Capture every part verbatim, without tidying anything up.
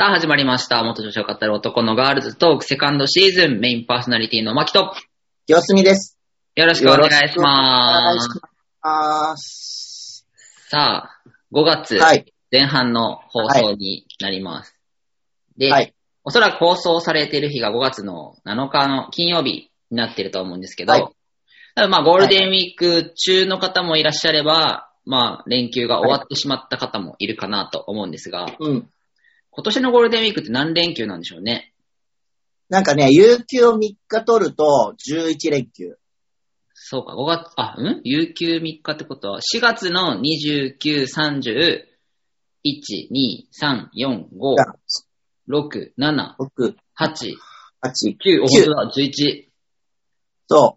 さあ始まりました。元女子を語る男のガールズトークセカンドシーズンメインパーソナリティのマキと清澄です。 よろしくお願いします。 お願いします。 さあ、ごがつ前半の放送になります。はい、で、はい、おそらく放送されている日がごがつのなのかの金曜日になっていると思うんですけど、はい、多分まあゴールデンウィーク中の方もいらっしゃれば、はい、まあ連休が終わってしまった方もいるかなと思うんですが、はいうん、今年のゴールデンウィークって何連休なんでしょうね。 なんかね、有給をみっか取るとじゅういち連休。 そうか、ごがつ、あ、ん有給みっかってことは、しがつのにじゅうく、さんじゅう、いち、に、さん、よん、ご、ろく、なな、はち、きゅう、お、ほんとだ、じゅういち。 そう。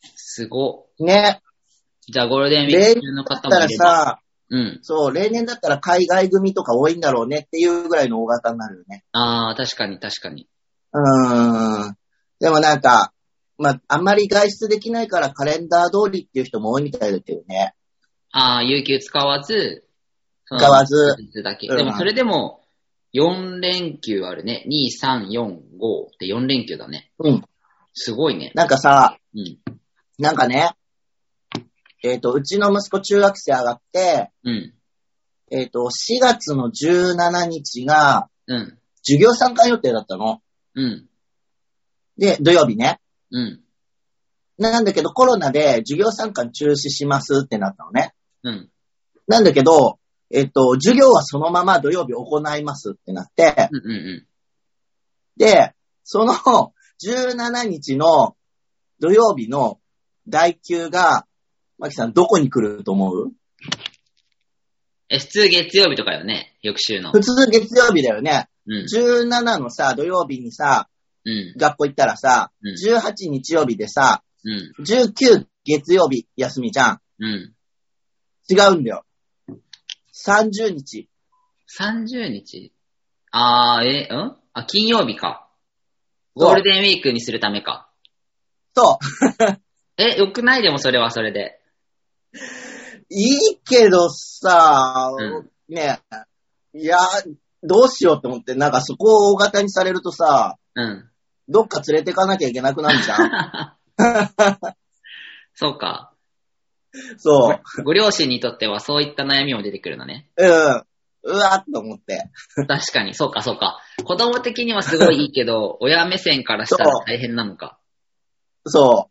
すご。 ね。 じゃあゴールデンウィーク中の方もいれば。 例年だったらさ、 うん。 そう、例年だったら海外組とか多いんだろうねっていうぐらいの大型になるよね。 ああ、確かに確かに。 うーん。でもなんか、まあ、あんまり外出できないからカレンダー通りっていう人も多いみたいだけどね。 ああ、有給使わず、 使わず。 だけ。でもそれでもよん連休あるね。に、さん、よん、ごってよん連休だね。 うん。 すごいね。 なんかさ、 うん。 なんかね、えっと、うちの息子中学生上がって、 うん。 えっと、しがつのじゅうしちにちが、 うん。 授業参観予定だったの。 うん。 で、土曜日ね。 うん。 なんだけど、コロナで授業参観中止しますってなったのね。 うん。 なんだけど、えっと、授業はそのまま土曜日行いますってなって、 うんうんうん、 で、そのじゅうしちにちの土曜日の代休が、マキさんどこに来ると思う？ え、普通月曜日とかよね、翌週の。 普通月曜日だよね。 うん、 じゅうしちのさ、土曜日にさ、うん、学校行ったらさ、うん、じゅうはち日曜日でさ、うん、じゅうく月曜日休みじゃん。 うん。 違うんだよ。さんじゅうにち。 さんじゅうにち？あー、え、んあ、金曜日か。ゴールデンウィークにするためか。 そう。 え、よくない？でもそれはそれで。 いいけどさ、うん、ねえ、いや、どうしようって思って、なんかそこを大型にされるとさ、 うん。 どっか連れてかなきゃいけなくなるじゃん。 そうか。 そうご。ご両親にとってはそういった悩みも出てくるのね。 うん。うわっと思って。 確かに、そうかそうか。子供的にはすごいいいけど、親目線からしたら大変なのか。 そう。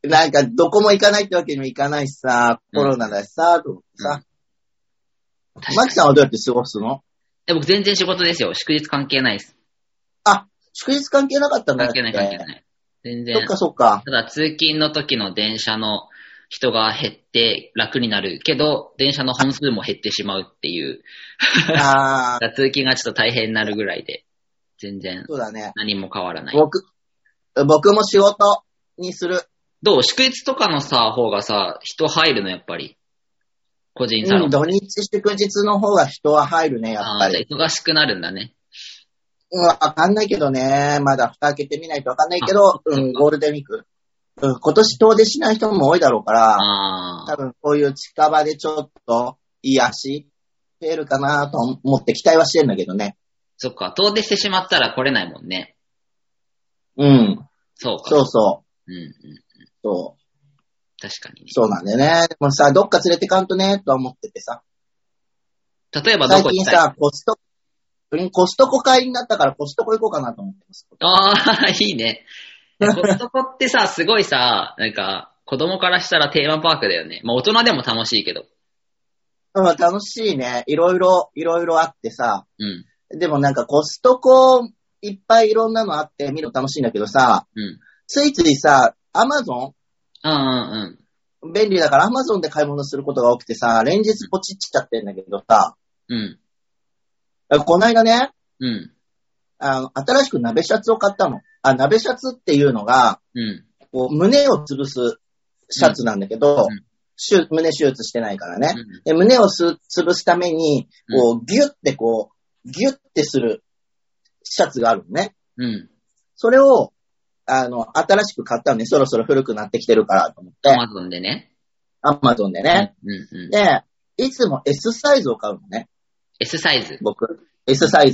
なんか、どこも行かないってわけにもいかないしさ、コロナだしさ、うん、と思ってさ。うん、マキさんはどうやって過ごすの？ え、僕全然仕事ですよ。祝日関係ないです。 あ、祝日関係なかったんだっけ？ 関係ない関係ない。全然。 そっかそっか。 ただ通勤の時の電車の人が減って楽になるけど、電車の本数も減ってしまうっていう。ああ。通勤がちょっと大変になるぐらいで、全然。そうだね。何も変わらない。 僕、僕も仕事にする。 どう？祝日とかのさ、方がさ、人入るのやっぱり。個人サロン。 うん、土日祝日の方が人は入るね、やっぱり。 ああ、じゃあ忙しくなるんだね。 うん、わかんないけどね。まだ蓋開けてみないとわかんないけど、うん、ゴールデンウィーク。うん、今年遠出しない人も多いだろうから、あ多分こういう近場でちょっと癒し増えるかなと思って期待はしてるんだけどね。 そっか、遠出してしまったら来れないもんね。 うん。 そうか。 そうそう。 うんうん。 そう。 確かにね。 そうなんだよね。でもさ、どっか連れてかんとね、とは思っててさ。 例えばどこ行きたい？ 最近さ、コスト、コストコ会になったからコストコ行こうかなと思ってます。 ああ、いいね。コストコってさ、すごいさ、なんか、子供からしたらテーマパークだよね。まあ大人でも楽しいけど。 うん、楽しいね。いろいろ、いろいろあってさ。 うん。 でもなんかコストコいっぱいいろんなのあって見るの楽しいんだけどさ。うん。ついついさ、アマゾン？ うんうんうん。便利だからアマゾンで買い物することが多くてさ、連日ポチっちゃってんだけどさ。 うん。 こないだね。 うん。 あの、新しく鍋シャツを買ったの。あ、鍋シャツっていうのが、 うん。 こう胸を潰すシャツなんだけど、うん、胸手術してないからね。うん、で胸をす潰すために、こう、ギュッてこう、ギュッてするシャツがあるのね。 うん。 それを、あの、新しく買ったのね。そろそろ古くなってきてるからと思って。 アマゾンでね。 アマゾンでね。 うんうんうん、 で、いつも S サイズを買うのね。 S サイズ？ 僕。S サイズ。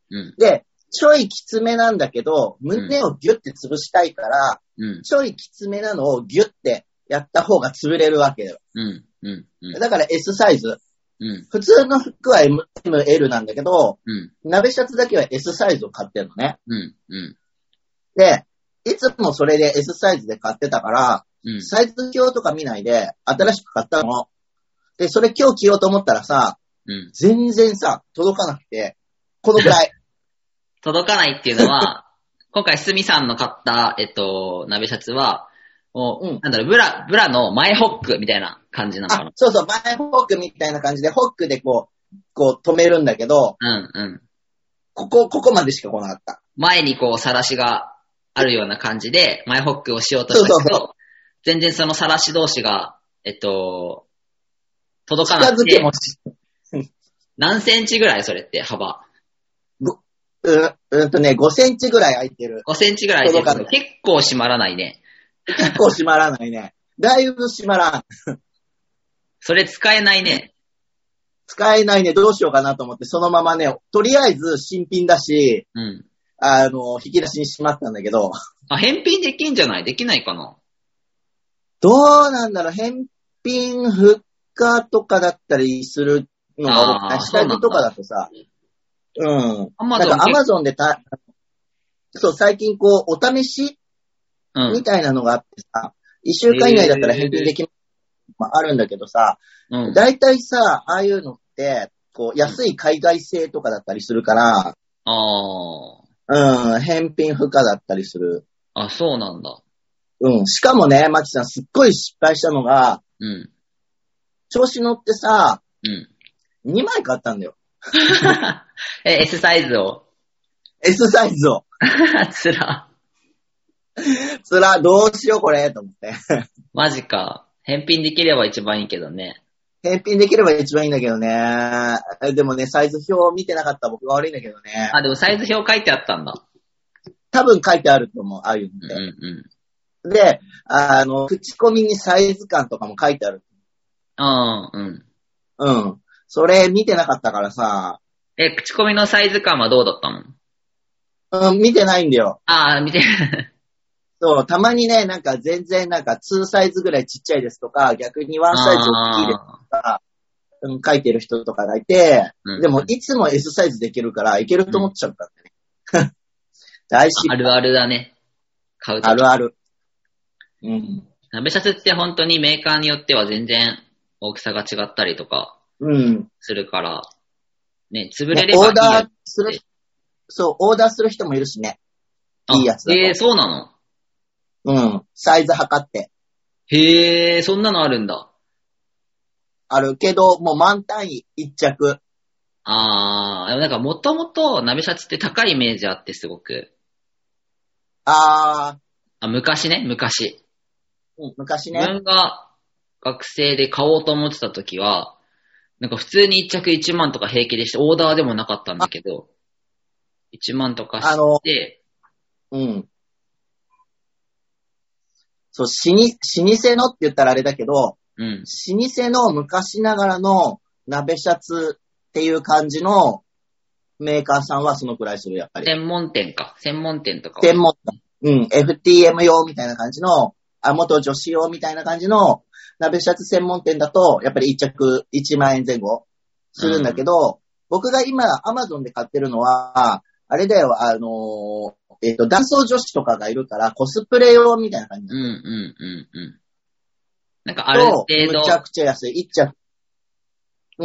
うん。 で、ちょいきつめなんだけど、胸をギュッて潰したいから、 うん、 ちょいきつめなのをギュッてやった方が潰れるわけよ。 うん、うん、うん。 だから S サイズ。 うん、 普通の服は エム、エル なんだけど、 うん、 鍋シャツだけは S サイズを買ってるのね。 うん、うん。 で、いつもそれで S サイズで買ってたから、 うん、 サイズ表とか見ないで新しく買ったの。で、それ今日着ようと思ったらさ、 うん、 全然さ、届かなくて、このくらい。 届かないっていうのは、今回、すみさんの買った、えっと、鍋シャツは、もう、うん、なんだろう、ブラ、ブラの前ホックみたいな感じなのかな。 あ、そうそう、前ホックみたいな感じで、ホックでこう、こう止めるんだけど、 うんうん。 ここ、ここまでしか来なかった。 前にこう、さらしがあるような感じで、前ホックをしようとしたけど、そうそうそう、全然そのさらし同士が、えっと、届かなくて。近づけもし何センチぐらいそれって幅。 う、うんとね、ごセンチぐらい空いてる。 ごセンチぐらい空いてる。結構閉まらないね。 結構閉まらないね。だいぶ閉まらん。 それ使えないね。 使えないね。どうしようかなと思って、そのままね、とりあえず新品だし、 うん。 あの、引き出しにしまったんだけど。 あ、返品できんじゃない？できないかな？ どうなんだろう。返品、復活とかだったりするのが、あ、下着とかだとさ、うん。 アマゾンなんかアマゾンでた、そう、最近こう、お試し、うん、みたいなのがあってさ、一週間以内だったら返品できる、まあ、あるんだけどさ、うん、だいたいさ、ああいうのって、こう、安い海外製とかだったりするから、 あうん、返品不可だったりする。 あ、そうなんだ。 うん。しかもね、マキさん、すっごい失敗したのが、 うん。 調子乗ってさ、 うん。 にまい買ったんだよ。 え、S サイズを ?S サイズを。 つら。 つら、どうしようこれ、と思って。 マジか。返品できれば一番いいけどね。 返品できれば一番いいんだけどね。でもね、サイズ表見てなかった僕が悪いんだけどね。 あ、でもサイズ表書いてあったんだ。 多分書いてあると思う、ああいうので。 うんうん、 で、あの、口コミにサイズ感とかも書いてある。 ああ、うん。 うん。それ見てなかったからさ。 え、口コミのサイズ感はどうだったの？うん、見てないんだよ。 ああ、見てそう、たまにね、なんか全然なんかにサイズぐらいちっちゃいですとか、逆にいちサイズ大きいですとか、うん、書いてる人とかがいて、うん、でもいつも S サイズできるからいけると思っちゃったんだね。大失敗。 あるあるだね。買うとき。 あるある。うん。 鍋シャツって本当にメーカーによっては全然大きさが違ったりとか、するから、うん、ね、潰れればいいやつ、ね。オーダーする、そう、オーダーする人もいるしね。いいやつだと。 えー、そうなの？ うん。サイズ測って。 へえ、そんなのあるんだ。 あるけど、もう満単位一着。 あー、なんかもともと鍋シャツって高いイメージあってすごく。 あー。 あ、昔ね、昔。 うん、昔ね。 自分が学生で買おうと思ってた時は、なんか普通に一着いちまんとか平気でして、オーダーでもなかったんだけど、いちまんとかして、 うん。そう、老舗、老舗のって言ったらあれだけど、 うん、 老舗の昔ながらの鍋シャツっていう感じのメーカーさんはそのくらいする、やっぱり。 専門店か。専門店とか。 専門店。うん、エフティーエム 用みたいな感じの、あ、元女子用みたいな感じの鍋シャツ専門店だと、やっぱり一着いちまんえん前後するんだけど、うん、僕が今 Amazon で買ってるのは、あれだよ、あのー、えっと、男装女子とかがいるから、コスプレ用みたいな感じ。 うんうんうんうん。なんかある程度。 むちゃくちゃ安い。一着。うん。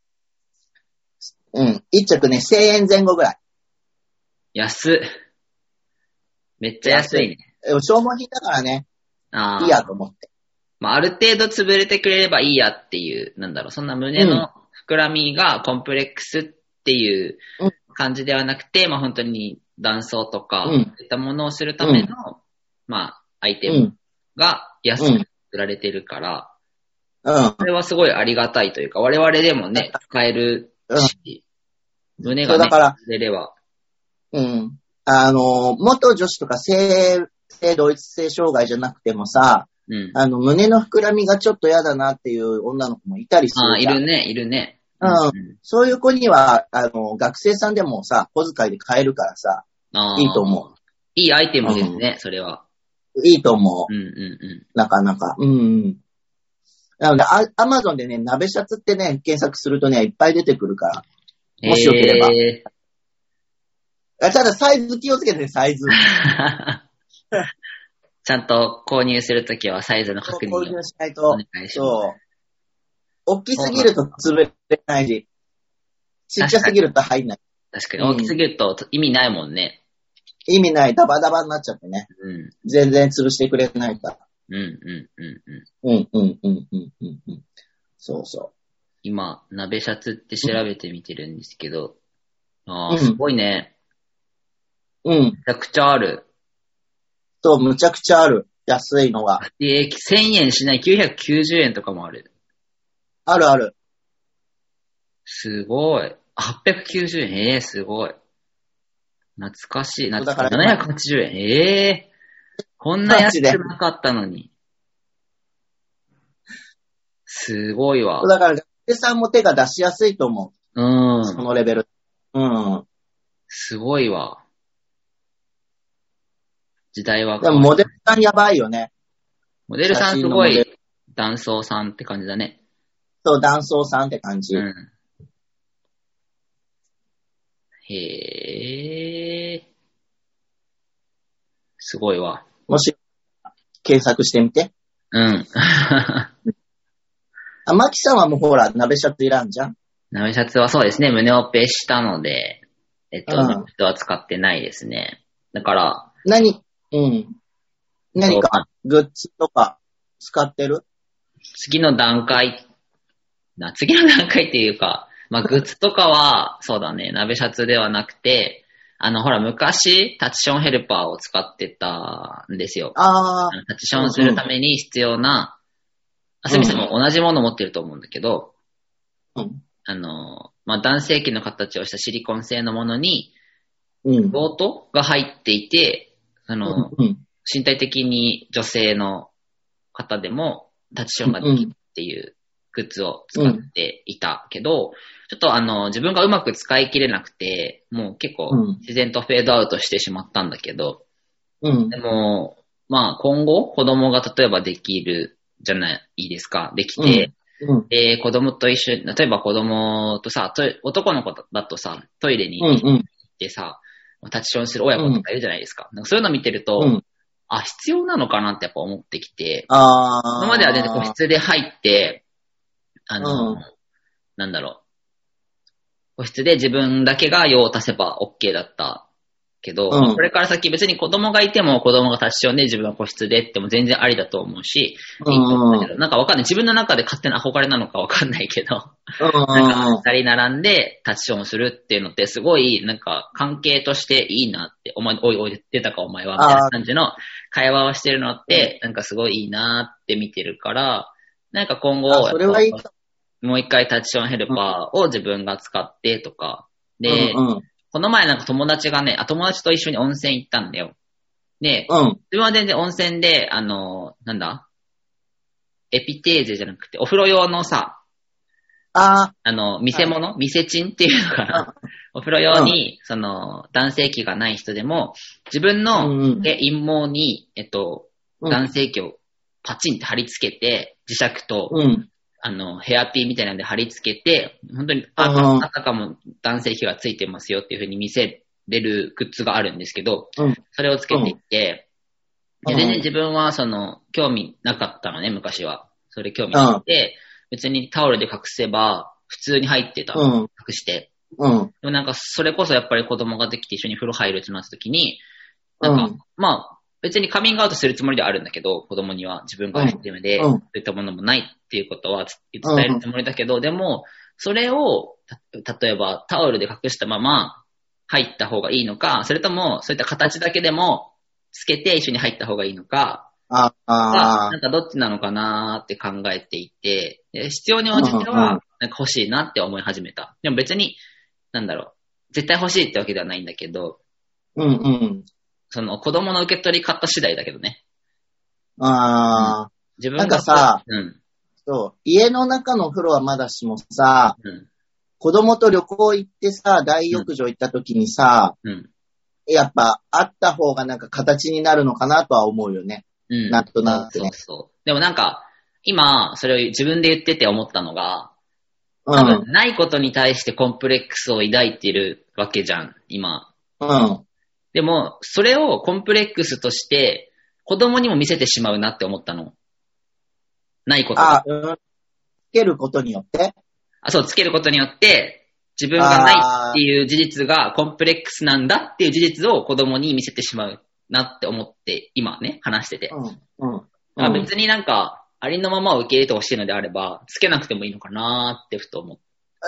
うん。一着ね、せんえん前後ぐらい。 安っ。めっちゃ安いね。 消耗品だからね。ああ。いいやと思って。 まあ、ある程度潰れてくれればいいやっていう、なんだろう、そんな胸の膨らみがコンプレックスっていう感じではなくて、うん、まあ本当に断層とか、そういったものをするための、うん、まあ、アイテムが安く売られてるから、うん、それはすごいありがたいというか、我々でもね、使えるし、うん、胸がね、出れば。 うん。あの、元女子とか性、性同一性障害じゃなくてもさ、うん、あの、胸の膨らみがちょっと嫌だなっていう女の子もいたりする。 ああ、いるね、いるね。 うん。うん、そういう子には、あの、学生さんでもさ、小遣いで買えるからさ、いいと思う。 いいアイテムですね、うん、それは。 いいと思う。うんうんうん。 なかなか。うん。なので、アマゾンでね、鍋シャツってね、検索するとね、いっぱい出てくるから。もしよければ。えー、ただ、サイズ気をつけてね、サイズ。 ちゃんと購入するときはサイズの確認を。 購入しないと。お願いします。そう。大きすぎると潰れないし、ちっちゃすぎると入んない。 確かに、大きすぎると意味ないもんね。 うん、意味ない。ダバダバになっちゃってね。うん。全然潰してくれないから。 うんうんうんうん。 うんうんうんうんうんうん。そうそう。 今、鍋シャツって調べてみてるんですけど。ああ、すごいね。 うん。めちゃくちゃある。 そう、むちゃくちゃある。安いのが。 えー、せんえんしないきゅうひゃくきゅうじゅうえんとかもある。 あるある。 すごい。はっぴゃくきゅうじゅうえん。ええー、すごい。懐かしい。懐かしい。ななひゃくはちじゅうえん。ええー。こんな安くなかったのに。すごいわ。 だから、学生さんも手が出しやすいと思う。うん。 そのレベル。うん。 すごいわ。時代は。 でもモデルさんやばいよね。 モデルさんすごい、男装さんって感じだね。 そう、男装さんって感じ。うん。 へー。すごいわ。 もし、検索してみて。 うん。 あ、マキさんはもうほら、鍋シャツいらんじゃん。 鍋シャツはそうですね、胸オペしたので、えっと、うん、鍋シャツは使ってないですね。だから。 何、うん。何か、グッズとか、使ってる？ 次の段階、な、次の段階っていうか、まあ、グッズとかは、そうだね、鍋シャツではなくて、あの、ほら、昔、タッチションヘルパーを使ってたんですよ。 ああ。 タッチションするために必要な、あすみさんも同じものを持ってると思うんだけど、うん、あの、まあ、男性器の形をしたシリコン製のものに、うん、ボートが入っていて、あの、うん、身体的に女性の方でもタッチションができるっていうグッズを使っていたけど、うん、ちょっとあの、自分がうまく使い切れなくて、もう結構自然とフェードアウトしてしまったんだけど、うん、でも、まあ今後子供が例えばできるじゃないですか、できて、うんうん、で、子供と一緒に、例えば子供とさ、男の子だとさ、トイレに行ってさ、うんうん、タッチションする親子とかいるじゃないですか。うん、なんかそういうの見てると、うん、あ、必要なのかなってやっぱ思ってきて、 あ今までは全然個室で入って、あの、うん、なんだろう、個室で自分だけが用を足せば OK だったけど、うん、これから先別に子供がいても子供がタッチションで自分は個室でっても全然ありだと思うし、うん、いいと思うんだけど、なんかわかんない。自分の中で勝手な憧れなのかわかんないけど、うん、なんか二人並んでタッチションをするっていうのってすごいなんか関係としていいなって、お前、おいおい出たかお前はみたいな感じの会話をしてるのってなんかすごいいいなって見てるから、なんか今後、 それはいいもう一回タッチションヘルパーを自分が使ってとか、で、うんうんこの前なんか友達がね、あ、友達と一緒に温泉行ったんだよ。で、うん、自分は全然温泉で、あの、なんだエピテーゼじゃなくて、お風呂用のさ、 ああの、見せ物、はい、見せチンっていうのかな。お風呂用に、うん、その、男性器がない人でも、自分の陰毛に、えっと、うん、男性器をパチンって貼り付けて、磁石と、うんあの、ヘアピーみたいなんで貼り付けて、本当に、あ、あたかも男性器がついてますよっていう風に見せれるグッズがあるんですけど、うん、それをつけていって、うん、で全然自分はその、興味なかったのね、昔は。それ興味なくて、うん、別にタオルで隠せば、普通に入ってたの、うん、隠して。うん、でもなんか、それこそやっぱり子供ができて一緒に風呂入るってなった時に、なんか、うん、まあ、別にカミングアウトするつもりではあるんだけど、子供には自分が自分で、うん、そういったものもないっていうことは伝えるつもりだけど、うん、でも、それを、例えばタオルで隠したまま入った方がいいのか、それとも、そういった形だけでもつけて一緒に入った方がいいのか、 ああなんかどっちなのかなーって考えていて、必要に応じては、なんか欲しいなって思い始めた。でも別に、なんだろう、絶対欲しいってわけではないんだけど、 うんうん。 その子供の受け取り方次第だけどね。 ああ、うん、自分がなんかさ、うん、そう、家の中のお風呂はまだしもさ、うん、 子供と旅行行ってさ、大浴場行った時にさ、うん、やっぱあった方がなんか形になるのかなとは思うよね。うん。なんとなくね。 そうそう。でもなんか、今、それを自分で言ってて思ったのが、多分、ないことに対してコンプレックスを抱いているわけじゃん、今。うん。でも、それをコンプレックスとして、子供にも見せてしまうなって思ったの。ないこと。 あ、うん。つけることによってあ、そう、つけることによって、自分がないっていう事実がコンプレックスなんだっていう事実を子供に見せてしまうなって思って、今ね、話してて。うん。うん。まあ、別になんか、ありのままを受け入れてほしいのであれば、つけなくてもいいのかなーってふと思って。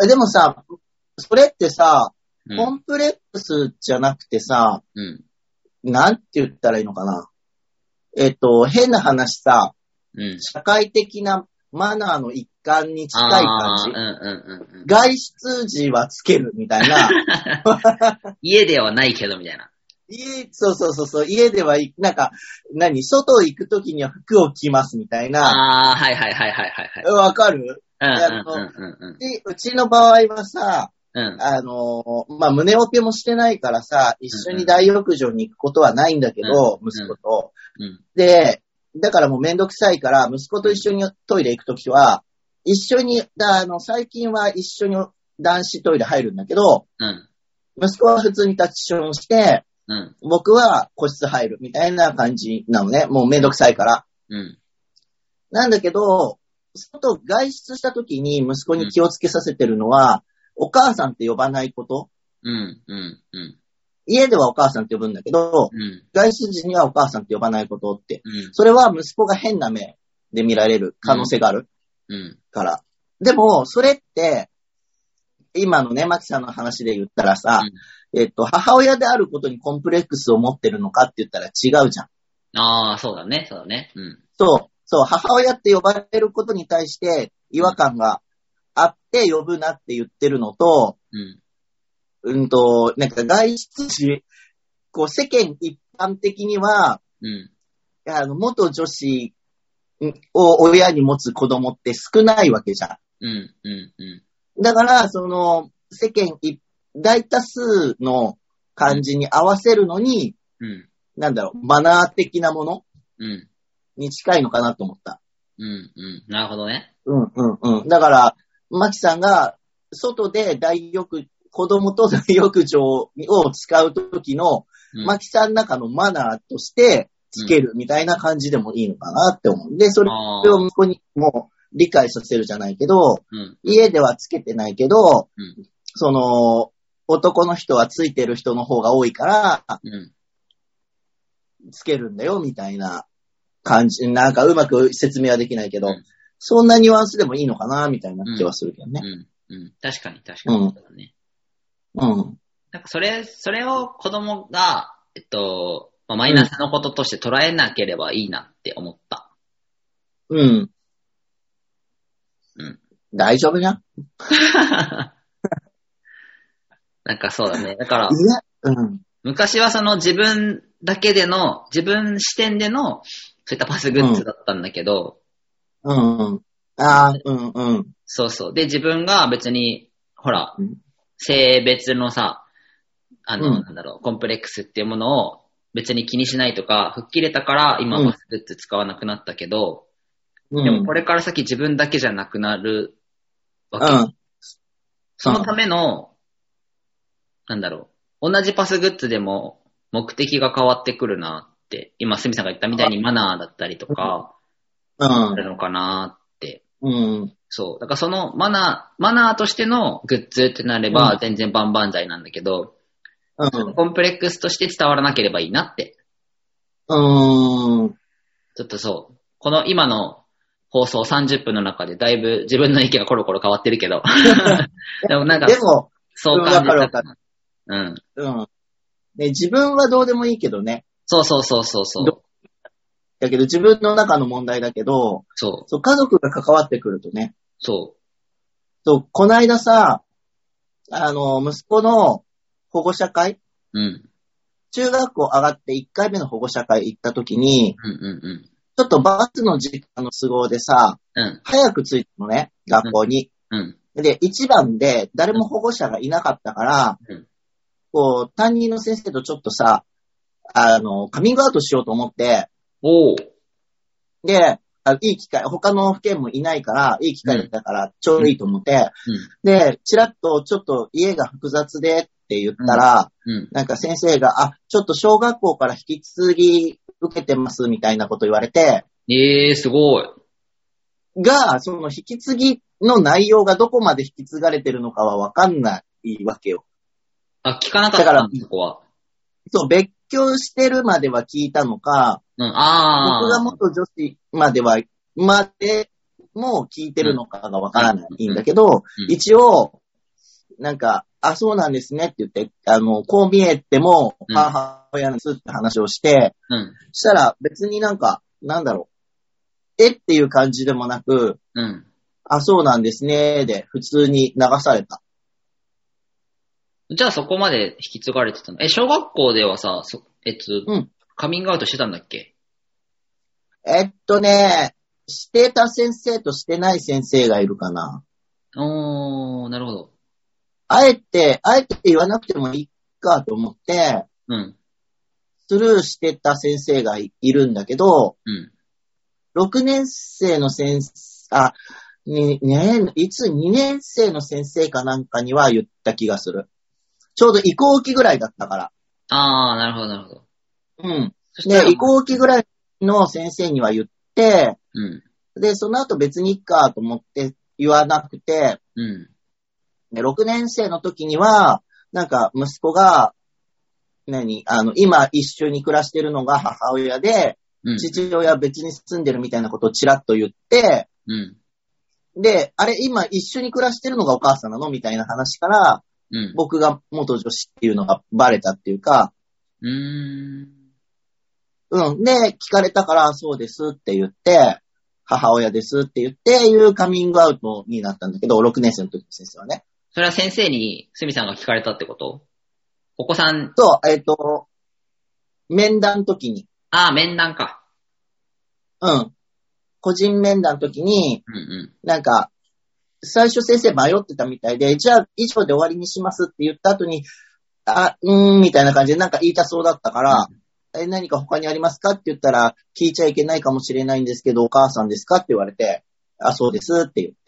でもさ、それってさ、うん、コンプレックスじゃなくてさ、うん、なんて言ったらいいのかな。えっと、変な話さ、うん、社会的なマナーの一環に近い感じ。うんうんうんうん、外出時はつけるみたいな。 家ではないけどみたいな。 家、そうそうそうそう、家では、なんか、何、外行くときには服を着ますみたいな。 ああ、はいはいはいはいはい。 わかる？うんうんうんうん、で、うちの場合はさ、うん、あの、まあ、胸オペもしてないからさ、一緒に大浴場に行くことはないんだけど、うん、息子と、うん。で、だからもうめんどくさいから、息子と一緒にトイレ行くときは、一緒に、だあの、最近は一緒に男子トイレ入るんだけど、うん、息子は普通に立ちションして、うん、僕は個室入るみたいな感じなのね。もうめんどくさいから。うん、なんだけど、外外出した時に息子に気をつけさせてるのは、うん、お母さんって呼ばないこと。うんうんうん、家ではお母さんって呼ぶんだけど、うん、外出時にはお母さんって呼ばないことって、うん。それは息子が変な目で見られる可能性がある。うん、から。でも、それって、今のね、マキさんの話で言ったらさ、うんえっと、母親であることにコンプレックスを持ってるのかって言ったら違うじゃん。 ああ、そうだね、そうだね。うん。 そう、そう、母親って呼ばれることに対して違和感があって呼ぶなって言ってるのと、うん。うんと、なんか外出時、こう世間一般的には、うん。あの、元女子を親に持つ子供って少ないわけじゃん。うん、うん、うん。だから、その、世間一般大多数の感じに合わせるのに、うん、なんだろう、マナー的なもの、うん、に近いのかなと思った。 うん、うん。なるほどね。 うん、うん、うん。だから、マキさんが、外で大浴、子供と大浴場を使うときの、うん、マキさんの中のマナーとしてつけるみたいな感じでもいいのかなって思う。で、それを息子にも理解させるじゃないけど、うん、家ではつけてないけど、うん、その、男の人はついてる人の方が多いから、うん、つけるんだよ、みたいな感じ。なんかうまく説明はできないけど、うん、そんなニュアンスでもいいのかな、みたいな気はするけどね。 うんうんうん、確かに確かに、ね。うん。うん。なんかそれ、それを子供が、えっと、まあ、マイナスのこととして捉えなければいいなって思った。 うん。うん。大丈夫じゃんなんかそうだね。だから、うん、昔はその自分だけでの、自分視点での、そういったパスグッズだったんだけど。 うん、うん。ああ、うん、うん。 そうそう。で、自分が別に、ほら、うん、性別のさ、あの、うん、なんだろう、コンプレックスっていうものを別に気にしないとか、吹っ切れたから今パスグッズ使わなくなったけど、うん、でもこれから先自分だけじゃなくなるわけ。うん、そのための、なんだろう。同じパスグッズでも目的が変わってくるなって、今、スミさんが言ったみたいにマナーだったりとか、うん。あるのかなって。うん。そう。だからそのマナー、マナーとしてのグッズってなれば全然万々歳なんだけど、うん。コンプレックスとして伝わらなければいいなって。うーん。ちょっとそう。この今の放送さんじゅっぷんの中でだいぶ自分の意見がコロコロ変わってるけど。でもなんか、 でも、 そう感じた。うん。 うん。ね、自分はどうでもいいけどね。 そうそうそうそうそう。 だけど自分の中の問題だけど、そう。そう、家族が関わってくるとね。 そう。 そう、この間さ、あの、息子の保護者会うん。中学校上がっていっかいめの保護者会行った時に、うんうんうん。ちょっとバスの時間の都合でさ、うん。早く着いたのね、学校に。うん。うんで、一番で誰も保護者がいなかったから、うん、こう、担任の先生とちょっとさ、あの、カミングアウトしようと思って、 おで、あいい機会、他の府県もいないから、いい機会だったから、ちょうどいいと思って、うんうん、で、ちらっとちょっと家が複雑でって言ったら、うんうん、なんか先生が、あ、ちょっと小学校から引き継ぎ受けてますみたいなこと言われて、 ええー、すごい。 が、その引き継ぎの内容がどこまで引き継がれてるのかはわかんないわけよ。 あ、聞かなかったんだから、そこは。 そう、別居してるまでは聞いたのか、 うん、あ僕が元女子までは、までも聞いてるのかがわからないんだけど、うんうん、一応、なんか、あ、そうなんですねって言って、あの、こう見えても母親なんですって話をして、 うん、 したら別になんか、なんだろう、えっていう感じでもなく、 うん、 あ、そうなんですねで、普通に流された。 じゃあそこまで引き継がれてたの？え、小学校ではさ、そえっと、うん、カミングアウトしてたんだっけ？ えっとね、してた先生としてない先生がいるかな。 おー、なるほど。 あえて、あえて言わなくてもいいかと思って、 うん。 スルーしてた先生が い, いるんだけど、 うん。 ろくねん生の先生、あ、に、ね、いつにねん生の先生かなんかには言った気がする。ちょうど移行期ぐらいだったから。 あー、なるほど、なるほど。 うん。で、移行期ぐらいの先生には言って、 うん。 で、その後別にいっかと思って言わなくて、 うん。 で、ろくねん生の時には、なんか息子が、何あの、今一緒に暮らしてるのが母親で、うん、父親は別に住んでるみたいなことをちらっと言って、 うん、 で、あれ今一緒に暮らしてるのがお母さんなのみたいな話から、 うん、 僕が元女子っていうのがバレたっていうか、 うーん。 うん。で、聞かれたから、そうですって言って、母親ですって言って、いうカミングアウトになったんだけど、ろくねん生の時の先生はね。 それは先生に、すみさんが聞かれたってこと？お子さん。 そう、えっと、面談の時に。 ああ、面談か。 うん。個人面談の時に、 うんうん、なんか、最初先生迷ってたみたいで、じゃあ以上で終わりにしますって言った後に、あ、うーん、みたいな感じでなんか言いたそうだったから、うん、え、何か他にありますかって言ったら、聞いちゃいけないかもしれないんですけど、お母さんですかって言われて、あ、そうですって言って。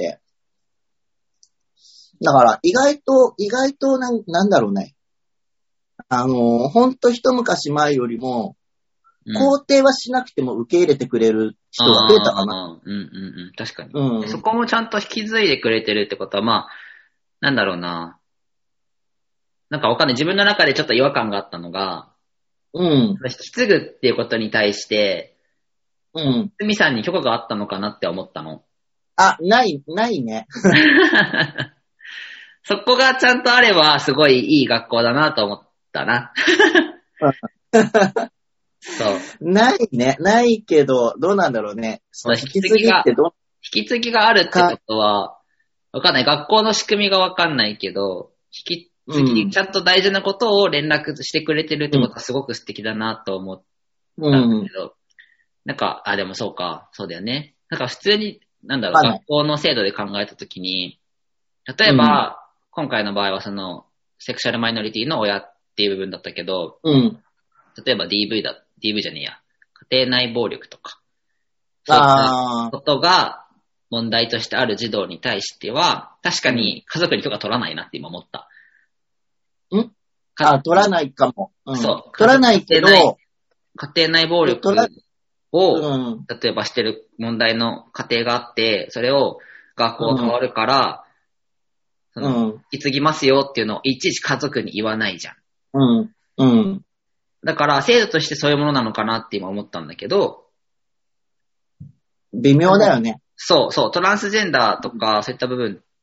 だから、意外と、意外となん、なんだろうね。あの、ほんと一昔前よりも、肯定はしなくても受け入れてくれる人が増えたかな。 うんうんうん。確かに、 うん。 そこもちゃんと引き継いでくれてるってことは、まあ、なんだろうな。なんかわかんない。自分の中でちょっと違和感があったのが、 うん。 引き継ぐっていうことに対して、 うん。 すみさんに許可があったのかなって思ったの。 あ、ない、ないね。 そこがちゃんとあれば、すごいいい学校だなと思ったな。そう。 ないね。ないけど、どうなんだろうね。 引き継ぎってど引き継ぎがあるってことは、わかんない。学校の仕組みがわかんないけど、引き継ぎ、うん、ちゃんと大事なことを連絡してくれてるってことはすごく素敵だなと思ったんだけど、うん、なんか、あ、でもそうか、そうだよね。なんか普通に、なんだろう、学校の制度で考えたときに、例えば、うん、今回の場合はその、セクシャルマイノリティの親っていう部分だったけど、 うん、 例えば ディーブイ だ、ディーブイ じゃねえや、家庭内暴力とか、そういったことが問題としてある児童に対しては、確かに家族に許可取らないなって今思った。 んあ、取らないかも。うん、 そう。 取らないけど、 家庭内暴力を、うん、例えばしてる問題の家庭があって、それを学校変わるから、うん、その、引き継ぎますよっていうのをいちいち家族に言わないじゃん。 うん。うん。 だから、制度としてそういうものなのかなって今思ったんだけど。 微妙だよね。 そうそう。トランスジェンダーとか、そういった部分って、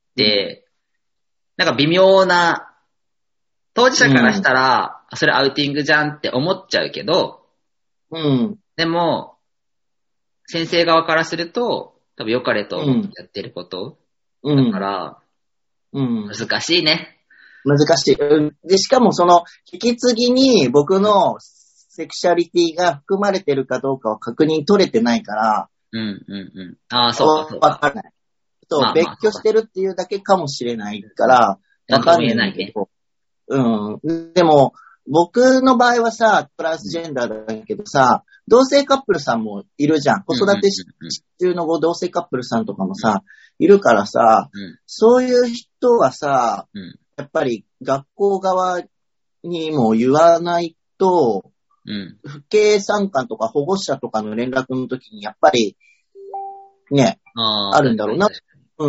うん、なんか微妙な、当事者からしたら、うん、それアウティングじゃんって思っちゃうけど、 うん。 でも、先生側からすると、多分良かれと思ってやってること、うん、だから、うん、難しいね。 難しい。で、しかもその、引き継ぎに僕のセクシャリティが含まれてるかどうかは確認取れてないから。 うんうんうん。ああ、そうかそうか。 わかんない。 そう、まあまあ、別居してるっていうだけかもしれないから、わかんないけど、うん。でも、僕の場合はさ、トランスジェンダーだけどさ、同性カップルさんもいるじゃん。子育て中の同性カップルさんとかもさ、いるからさ、うん、そういう人はさ、うん、やっぱり学校側にも言わないと、うん、父兄参観とか保護者とかの連絡の時にやっぱり、ね、あ, あるんだろうな。うん、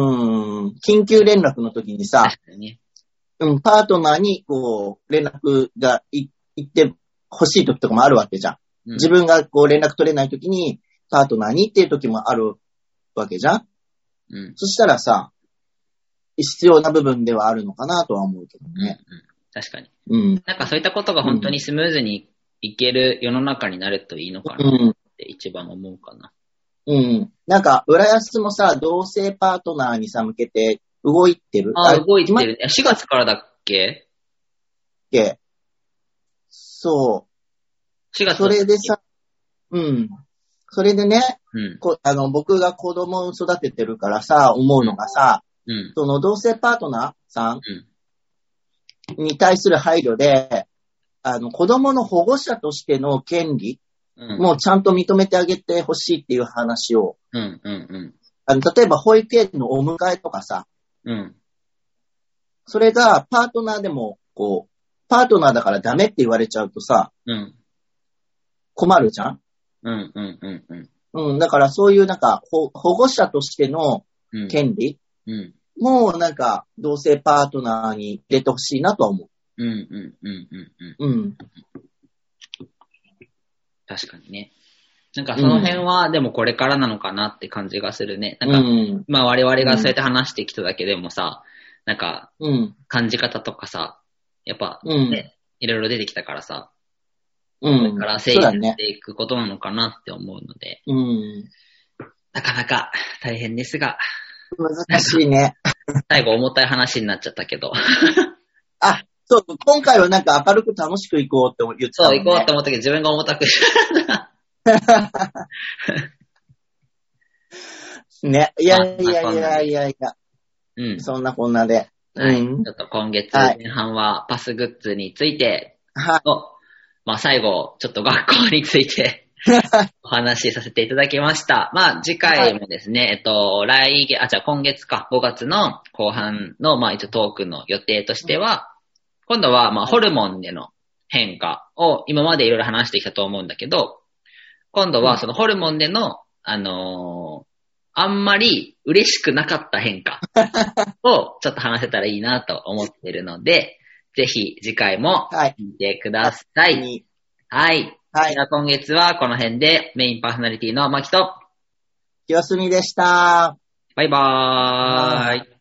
緊急連絡の時にさ、ね、うん、パートナーにこう連絡がい行って欲しい時とかもあるわけじゃん。うん、自分がこう連絡取れない時にパートナーにっていう時もあるわけじゃん。うん、そしたらさ、必要な部分ではあるのかなとは思うけどね。 うんうん、確かに。うん。なんかそういったことが本当にスムーズにいける世の中になるといいのかなって一番思うかな。 うん。なんか、浦安もさ、同性パートナーにさ、向けて動いてる。 ああ、動いてるね。しがつからだっけけそう。 しがつそれでさ、うん。それでね、うん、こあの僕が子供を育ててるからさ、思うのがさ、うん、その同性パートナーさんに対する配慮で、あの子供の保護者としての権利、うん、もうちゃんと認めてあげてほしいっていう話を、うんうんうん、あの例えば保育園のお迎えとかさ、うん、それがパートナーでもこうパートナーだからダメって言われちゃうとさ、うん、困るじゃん。うんうんうんうん。うん、だからそういうなんか保護者としての権利、うんうん、もうなんか同性パートナーに入れてほしいなとは思う。うんうんうんうんうん。うん。 確かにね。なんかその辺はでもこれからなのかなって感じがするね。なんか、うん、まあ我々がそうやって話してきただけでもさ、なんか感じ方とかさ、やっぱね、うん、いろいろ出てきたからさ、うん、これから整理していくことなのかなって思うので、うん、なかなか大変ですが。 難しいね。 最後重たい話になっちゃったけど。 あ、そう、今回はなんか明るく楽しく行こうって言ってたもんね。 そう、行こうって思ったけど自分が重たく。 ね、いやいやいやいやいや、うん、そんなこんなで。 はい、うん、ちょっと今月前半はパスグッズについて、はい、まあ最後、ちょっと学校についてお話しさせていただきました。まあ次回もですね、はい、えっと、来月、あ、じゃあ今月か、ごがつの後半の、まあ一応トークの予定としては、今度はまあホルモンでの変化を今までいろいろ話してきたと思うんだけど、今度はそのホルモンでの、あのー、あんまり嬉しくなかった変化をちょっと話せたらいいなと思っているので、ぜひ次回も聞いてください。はい。はい。はい、では今月はこの辺でメインパーソナリティのマキと清澄でした。 バイバーイ。